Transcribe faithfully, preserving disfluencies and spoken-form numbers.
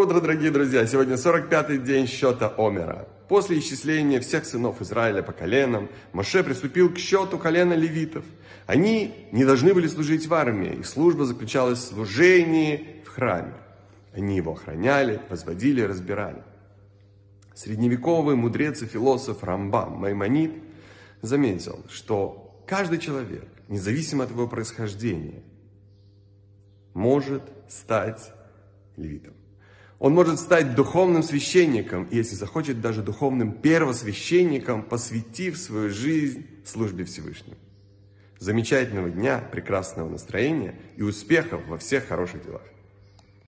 Доброе утро, дорогие друзья! Сегодня сорок пятый день счета Омера. После исчисления всех сынов Израиля по коленам, Моше приступил к счету колена левитов. Они не должны были служить в армии, их служба заключалась в служении в храме. Они его охраняли, возводили, разбирали. Средневековый мудрец и философ Рамбам Маймонид заметил, что каждый человек, независимо от его происхождения, может стать левитом. Он может стать духовным священником, и если захочет, даже духовным первосвященником, посвятив свою жизнь службе Всевышнему. Замечательного дня, прекрасного настроения и успехов во всех хороших делах.